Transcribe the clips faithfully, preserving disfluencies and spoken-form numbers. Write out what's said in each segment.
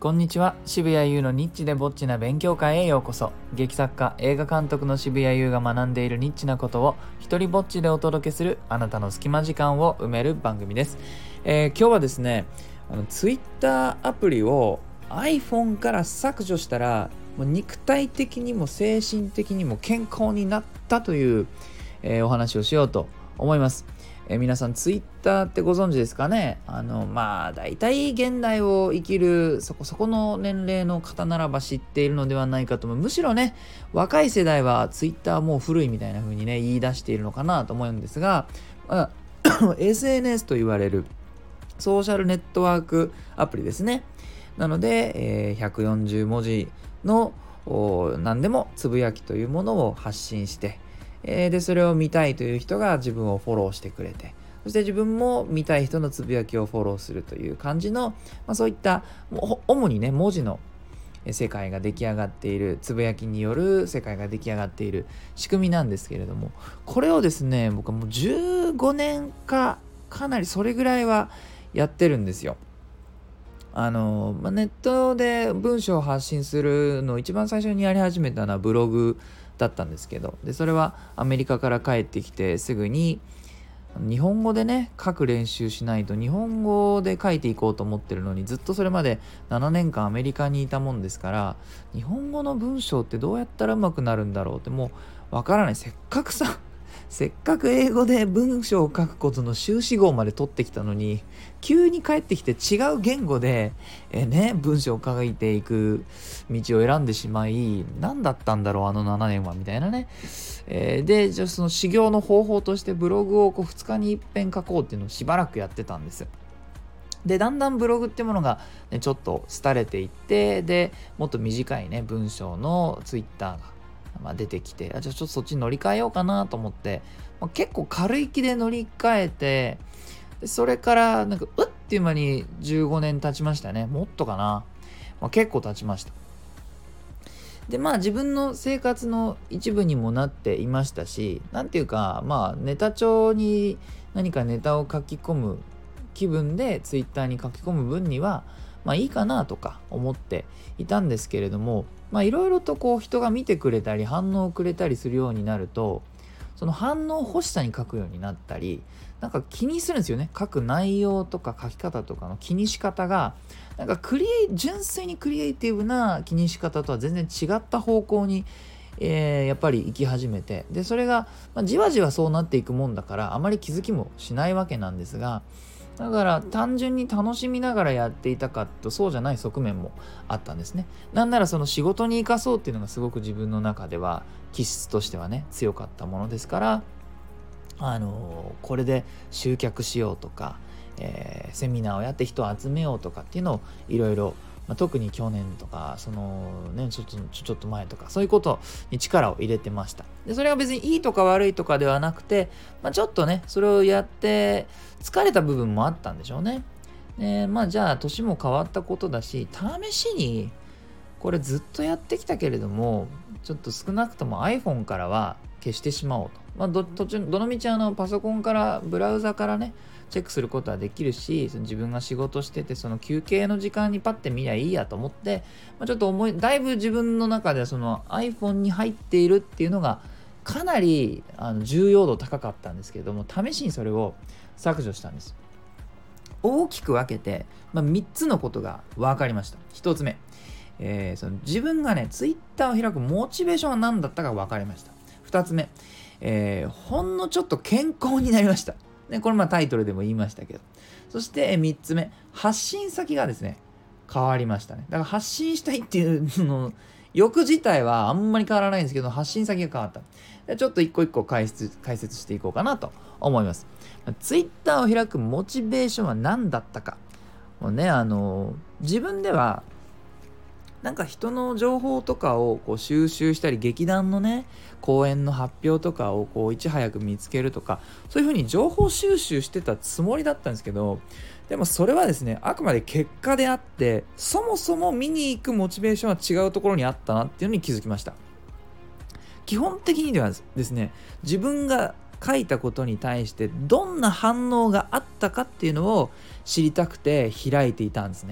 こんにちは。渋谷優のニッチでぼっちな勉強会へようこそ。劇作家、映画監督の渋谷優が学んでいるニッチなことを一人ぼっちでお届けするあなたの隙間時間を埋める番組です。えー、今日はですね、あの Twitter アプリを iPhone から削除したらもう肉体的にも精神的にも健康になったという、えー、お話をしようと思います。えー、皆さんツイッターってご存知ですかね。あのまあ大体現代を生きるそこそこの年齢の方ならば知っているのではないかと思う。むしろね、若い世代はツイッターもう古いみたいな風にね言い出しているのかなと思うんですが、まあ、エスエヌエス と言われるソーシャルネットワークアプリですね。なので、えー、ひゃくよんじゅうもじの何でもつぶやきというものを発信して、えー、でそれを見たいという人が自分をフォローしてくれて、そして自分も見たい人のつぶやきをフォローするという感じの、まあ、そういった主にね文字の世界が出来上がっている、つぶやきによる世界が出来上がっている仕組みなんですけれども、これをですね僕はもうじゅうごねんかかなりそれぐらいはやってるんですよ。あの、まあ、ネットで文章を発信するのを一番最初にやり始めたのはブログだったんですけど、でそれはアメリカから帰ってきてすぐに日本語でね書く練習しないと、日本語で書いていこうと思ってるのにずっとそれまでななねんかんアメリカにいたもんですから、日本語の文章ってどうやったらうまくなるんだろうってもうわからない。せっかくさせっかく英語で文章を書くことの修士号まで取ってきたのに、急に帰ってきて違う言語で、えね、文章を書いていく道を選んでしまい、何だったんだろうあのななねんはみたいなね、えー、でじゃあその修行の方法としてブログをこうふつかに一遍書こうっていうのをしばらくやってたんです。でだんだんブログってものが、ね、ちょっと廃れていって、でもっと短いね文章のツイッターがまあ、出てきて、あじゃあちょっとそっちに乗り換えようかなと思って、まあ、結構軽い気で乗り換えて、でそれからなんかうっていう間にじゅうごねん経ちましたね。もっとかな、まあ、結構経ちました。でまあ自分の生活の一部にもなっていましたし、なんていうかまあネタ帳に何かネタを書き込む気分でツイッターに書き込む分にはまあいいかなとか思っていたんですけれども、まあいろいろとこう人が見てくれたり反応をくれたりするようになると、その反応欲しさに書くようになったり、なんか気にするんですよね。書く内容とか書き方とかの気にし方が、なんかクリエイ純粋にクリエイティブな気にし方とは全然違った方向に、えー、やっぱり行き始めて、でそれが、まあ、じわじわそうなっていくもんだからあまり気づきもしないわけなんですが、だから単純に楽しみながらやっていたかとそうじゃない側面もあったんですね。なんならその仕事に生かそうっていうのがすごく自分の中では気質としてはね強かったものですから、あのー、これで集客しようとか、えー、セミナーをやって人を集めようとかっていうのをいろいろ、まあ、特に去年とかそのねちょっとちょっと前とかそういうことに力を入れてました。でそれが別にいいとか悪いとかではなくて、まあ、ちょっとねそれをやって疲れた部分もあったんでしょうね。でまあじゃあ年も変わったことだし、試しにこれずっとやってきたけれどもちょっと少なくとも iPhone からは消してしまおうと。まあ、ど途中どのみちあのパソコンからブラウザからねチェックすることはできるし、その自分が仕事しててその休憩の時間にパッて見りゃいいやと思って、まあ、ちょっと思いだいぶ自分の中ではその iPhone に入っているっていうのがかなりあの重要度高かったんですけれども、試しにそれを削除したんです。大きく分けて、まあ、みっつのことが分かりました。ひとつめ、えー、その自分がねツイッターを開くモチベーションは何だったか分かりました。ふたつめ、えー、ほんのちょっと健康になりました。ね、これまあタイトルでも言いましたけど。そしてみっつめ、発信先がですね変わりましたね。だから発信したいっていうの欲自体はあんまり変わらないんですけど、発信先が変わった。でちょっと一個一個解説解説していこうかなと思います。ツイッターを開くモチベーションは何だったか。もうねあの自分ではなんか人の情報とかをこう収集したり、劇団のね公演の発表とかをこういち早く見つけるとか、そういう風に情報収集してたつもりだったんですけど、でもそれはですねあくまで結果であって、そもそも見に行くモチベーションは違うところにあったなっていうのに気づきました。基本的にではですね、自分が書いたことに対してどんな反応があったかっていうのを知りたくて開いていたんですね。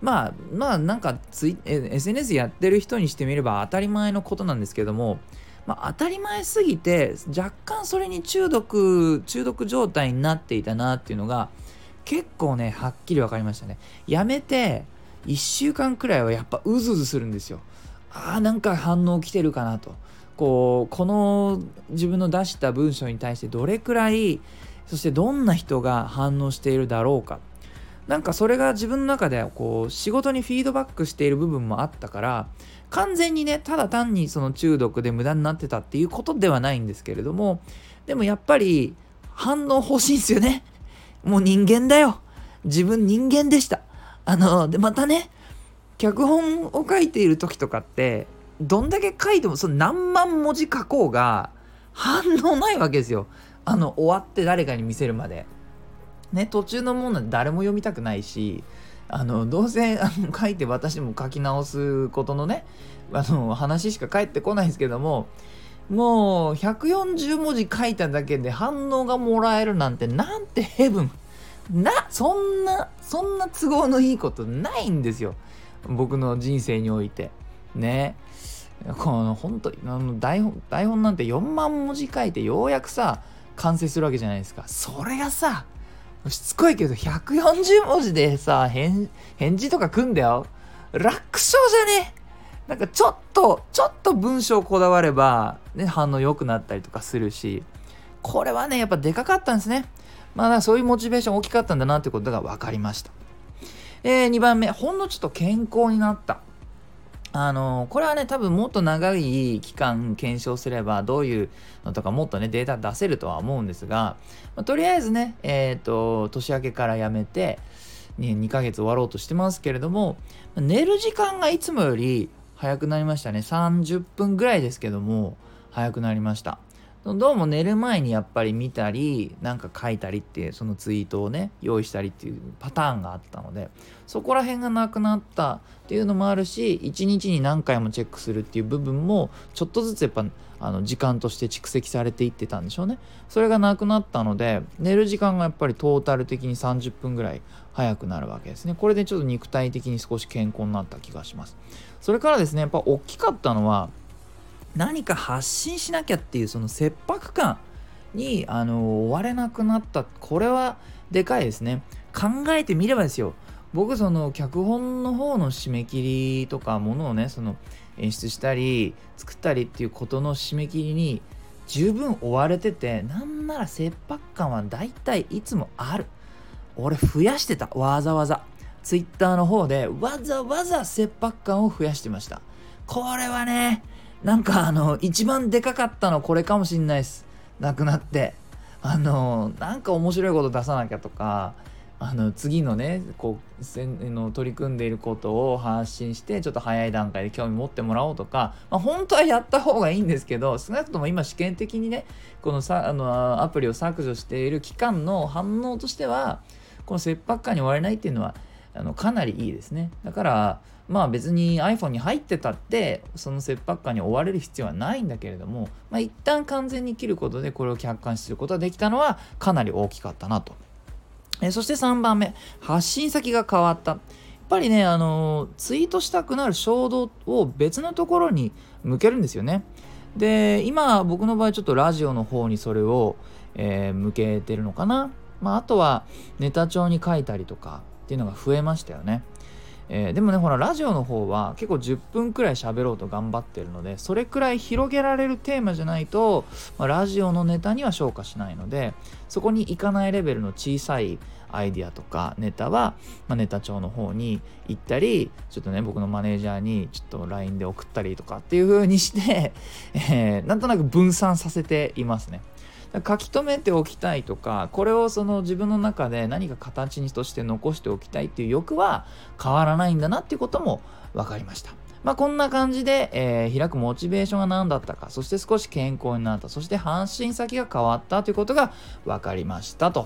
まあまあなんかツイ エスエヌエス やってる人にしてみれば当たり前のことなんですけども、まあ、当たり前すぎて若干それに中毒中毒状態になっていたなっていうのが結構ねはっきり分かりましたね。やめていっしゅうかんくらいはやっぱうずうずするんですよ。あーなんか反応来てるかなと、こうこの自分の出した文章に対してどれくらい、そしてどんな人が反応しているだろうか、なんかそれが自分の中でこう仕事にフィードバックしている部分もあったから、完全にねただ単にその中毒で無駄になってたっていうことではないんですけれども、でもやっぱり反応欲しいんですよね。もう人間だよ、自分人間でした。あのでまたね、脚本を書いている時とかってどんだけ書いてもその何万文字書こうが反応ないわけですよ。あの終わって誰かに見せるまでね、途中のものなんて誰も読みたくないし、あのどうせあの書いて私も書き直すことのね、あの話しか返ってこないんですけども、もうひゃくよんじゅうもじ書いただけで反応がもらえるなんて、なんてヘブンな、そんなそんな都合のいいことないんですよ、僕の人生においてね。この本当あの台本台本なんてよんまんもじ書いてようやくさ完成するわけじゃないですか。それがさしつこいけどひゃくよんじゅうもじでさ 返, 返事とか来んだよ。楽勝じゃね。なんかちょっとちょっと文章こだわればね反応良くなったりとかするし、これはねやっぱでかかったんですね。まあだからそういうモチベーション大きかったんだなってことが分かりました。えー、にばんめ、ほんのちょっと健康になった。あのー、これはね多分もっと長い期間検証すればどういうのとかもっとねデータ出せるとは思うんですが、まあ、とりあえずねえっと年明けからやめて、ね、にかげつ終わろうとしてますけれども、寝る時間がいつもより早くなりましたね。さんじゅっぷんぐらいですけども早くなりました。どうも寝る前にやっぱり見たりなんか書いたりっていうそのツイートをね用意したりっていうパターンがあったので、そこら辺がなくなったっていうのもあるし、いちにちに何回もチェックするっていう部分もちょっとずつやっぱあの時間として蓄積されていってたんでしょうね。それがなくなったので寝る時間がやっぱりトータル的にさんじゅっぷんぐらい早くなるわけですね。これでちょっと肉体的に少し健康になった気がします。それからですね、やっぱ大きかったのは何か発信しなきゃっていうその切迫感にあの追われなくなった。これはでかいですね。考えてみればですよ、僕その脚本の方の締め切りとかものをねその演出したり作ったりっていうことの締め切りに十分追われてて、なんなら切迫感はだいたいいつもある。俺増やしてた、わざわざツイッターの方でわざわざ切迫感を増やしてました。これはねなんかあの一番でかかったのこれかもしんないです。なくなってあのなんか面白いこと出さなきゃとか、あの次のねこうせんの取り組んでいることを発信してちょっと早い段階で興味持ってもらおうとか、まあ、本当はやった方がいいんですけど、少なくとも今試験的にねこのさあのアプリを削除している期間の反応としてはこの切迫感に追われないっていうのはあのかなりいいですね。だからまあ別に iPhone に入ってたってその切迫感に追われる必要はないんだけれども、まあ一旦完全に切ることでこれを客観視することができたのはかなり大きかったなと。えそしてさんばんめ、発信先が変わった。やっぱりねあのツイートしたくなる衝動を別のところに向けるんですよね。で今僕の場合ちょっとラジオの方にそれを、えー、向けてるのかな。まああとはネタ帳に書いたりとかっていうのが増えましたよね。えー、でもねほらラジオの方は結構じゅっぷんくらい喋ろうと頑張ってるので、それくらい広げられるテーマじゃないと、まあ、ラジオのネタには消化しないので、そこに行かないレベルの小さいアイディアとかネタは、まあ、ネタ帳の方に行ったり、ちょっとね僕のマネージャーにちょっと ライン で送ったりとかっていう風にして、えー、なんとなく分散させていますね。書き留めておきたいとか、これをその自分の中で何か形にとして残しておきたいっていう欲は変わらないんだなっていうことも分かりました。まあこんな感じで、えー、開くモチベーションが何だったか、そして少し健康になった、そして発信先が変わったということが分かりましたと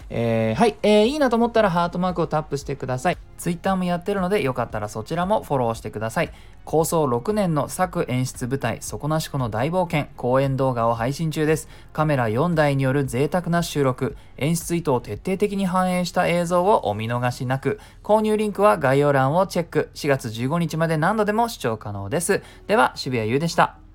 えー、はい、えー、いいなと思ったらハートマークをタップしてください。ツイッターもやってるのでよかったらそちらもフォローしてください。構想ろくねんの作演出舞台底なしこの大冒険公演動画を配信中です。カメラよんだいによる贅沢な収録、演出意図を徹底的に反映した映像をお見逃しなく。購入リンクは概要欄をチェック。しがつじゅうごにちまで何度でも視聴可能です。では渋谷優でした。